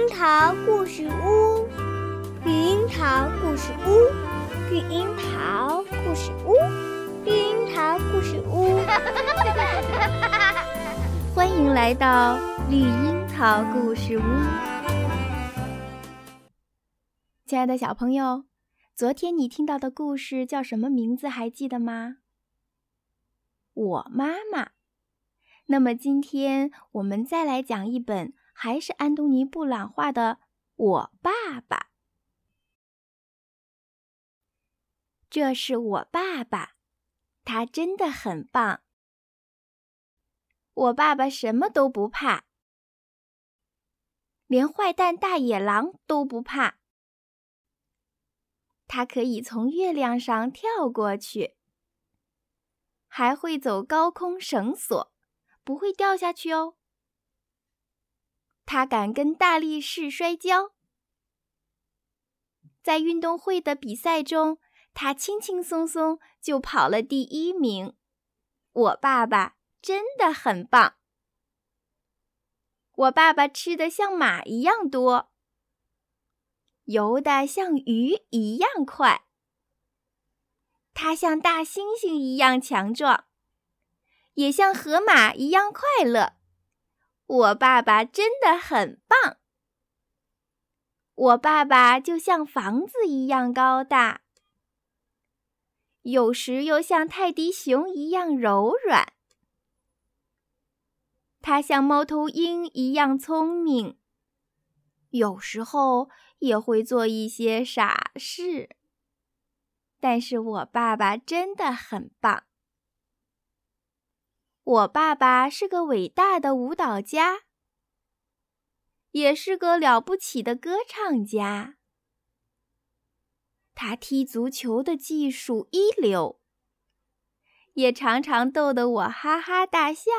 樱桃故事屋，绿樱桃故事屋，绿樱桃故事屋，绿樱桃故事屋。 欢迎来到绿樱桃故事屋。亲爱的小朋友，昨天你听到的故事叫什么名字还记得吗？我妈妈。那么今天我们再来讲一本还是安东尼·布朗画的《我爸爸》。这是我爸爸，他真的很棒。我爸爸什么都不怕，连坏蛋大野狼都不怕。他可以从月亮上跳过去，还会走高空绳索，不会掉下去哦。他敢跟大力士摔跤，在运动会的比赛中，他轻轻松松就跑了第1名。我爸爸真的很棒。我爸爸吃得像马一样多，游得像鱼一样快。他像大猩猩一样强壮，也像河马一样快乐。我爸爸真的很棒。我爸爸就像房子一样高大，有时又像泰迪熊一样柔软。他像猫头鹰一样聪明，有时候也会做一些傻事。但是我爸爸真的很棒。我爸爸是个伟大的舞蹈家，也是个了不起的歌唱家。他踢足球的技术一流，也常常逗得我哈哈大笑。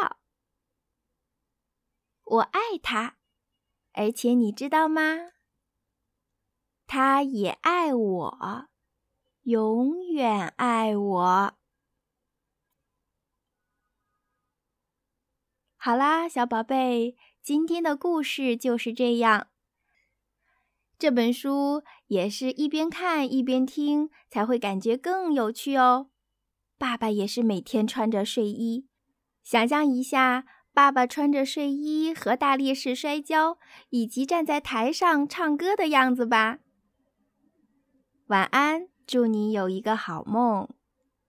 我爱他，而且你知道吗？他也爱我，永远爱我。好啦，小宝贝，今天的故事就是这样。这本书也是一边看一边听，才会感觉更有趣哦。爸爸也是每天穿着睡衣，想象一下爸爸穿着睡衣和大力士摔跤，以及站在台上唱歌的样子吧。晚安，祝你有一个好梦。